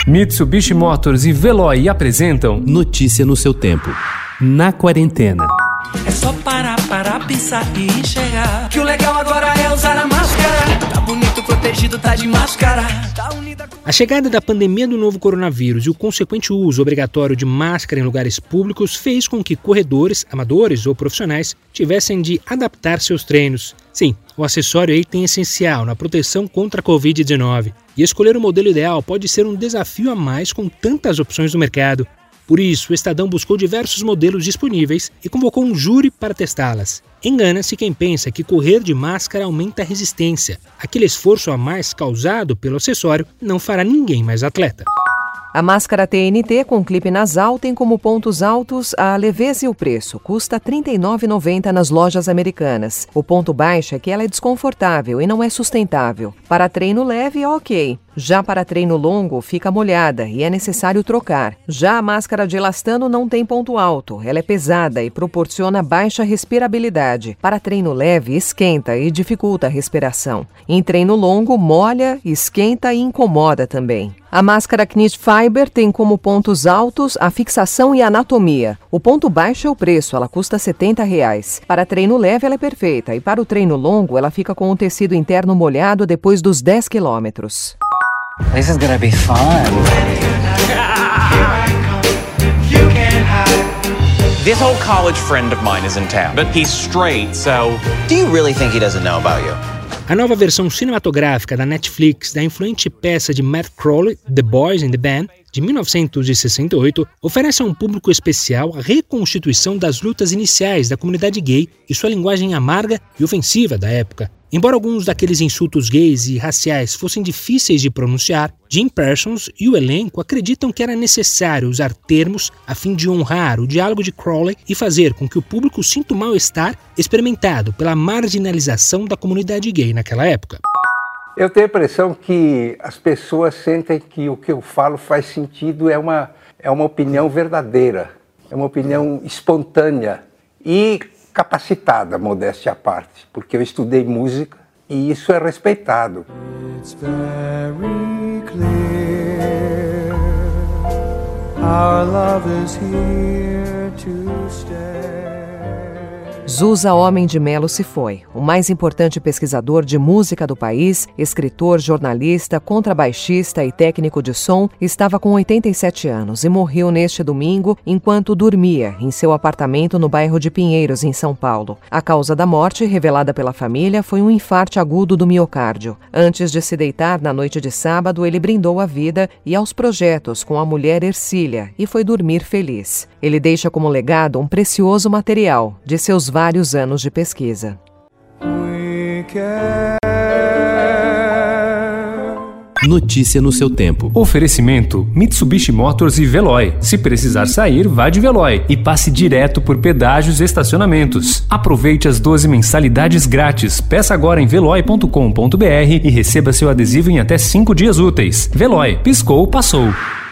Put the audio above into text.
Mitsubishi Motors e Veloy apresentam Notícia no seu tempo. Na quarentena. É só parar, pensar e enxergar que o legal agora é usar a máscara. Tá bonito, protegido, tá de máscara. Tá unida com... A chegada da pandemia do novo coronavírus e o consequente uso obrigatório de máscara em lugares públicos fez com que corredores, amadores ou profissionais, tivessem de adaptar seus treinos. Sim, o acessório é item essencial na proteção contra a Covid-19. E escolher o modelo ideal pode ser um desafio a mais com tantas opções no mercado. Por isso, o Estadão buscou diversos modelos disponíveis e convocou um júri para testá-las. Engana-se quem pensa que correr de máscara aumenta a resistência. Aquele esforço a mais causado pelo acessório não fará ninguém mais atleta. A máscara TNT com clipe nasal tem como pontos altos a leveza e o preço. Custa R$ 39,90 nas lojas americanas. O ponto baixo é que ela é desconfortável e não é sustentável. Para treino leve é ok. Já para treino longo, fica molhada e é necessário trocar. Já a máscara de elastano não tem ponto alto. Ela é pesada e proporciona baixa respirabilidade. Para treino leve, esquenta e dificulta a respiração. Em treino longo, molha, esquenta e incomoda também. A máscara Knit Fiber tem como pontos altos a fixação e a anatomia. O ponto baixo é o preço, ela custa R$ 70. Para treino leve ela é perfeita e para o treino longo ela fica com o tecido interno molhado depois dos 10 quilômetros. This is gonna be fun. This old college friend of mine is in town, but he's straight, so... Do you really think he doesn't know about you? A nova versão cinematográfica da Netflix da influente peça de Matt Crowley, The Boys and the Band, de 1968, oferece a um público especial a reconstituição das lutas iniciais da comunidade gay e sua linguagem amarga e ofensiva da época. Embora alguns daqueles insultos gays e raciais fossem difíceis de pronunciar, Jim Parsons e o elenco acreditam que era necessário usar termos a fim de honrar o diálogo de Crowley e fazer com que o público sinta o mal-estar experimentado pela marginalização da comunidade gay naquela época. Eu tenho a impressão que as pessoas sentem que o que eu falo faz sentido, é uma opinião verdadeira, é uma opinião espontânea e capacitada, modéstia à parte, porque eu estudei música e isso é respeitado. It's very clear. Our love is here to stay. Zusa Homem de Melo se foi. O mais importante pesquisador de música do país, escritor, jornalista, contrabaixista e técnico de som, estava com 87 anos e morreu neste domingo enquanto dormia em seu apartamento no bairro de Pinheiros, em São Paulo. A causa da morte, revelada pela família, foi um infarto agudo do miocárdio. Antes de se deitar na noite de sábado, ele brindou à vida e aos projetos com a mulher Ercília e foi dormir feliz. Ele deixa como legado um precioso material de seus vários anos de pesquisa. Notícia no seu tempo. Oferecimento Mitsubishi Motors e Veloy. Se precisar sair, vá de Veloy e passe direto por pedágios e estacionamentos. Aproveite as 12 mensalidades grátis. Peça agora em veloy.com.br e receba seu adesivo em até 5 dias úteis. Veloy, piscou, passou.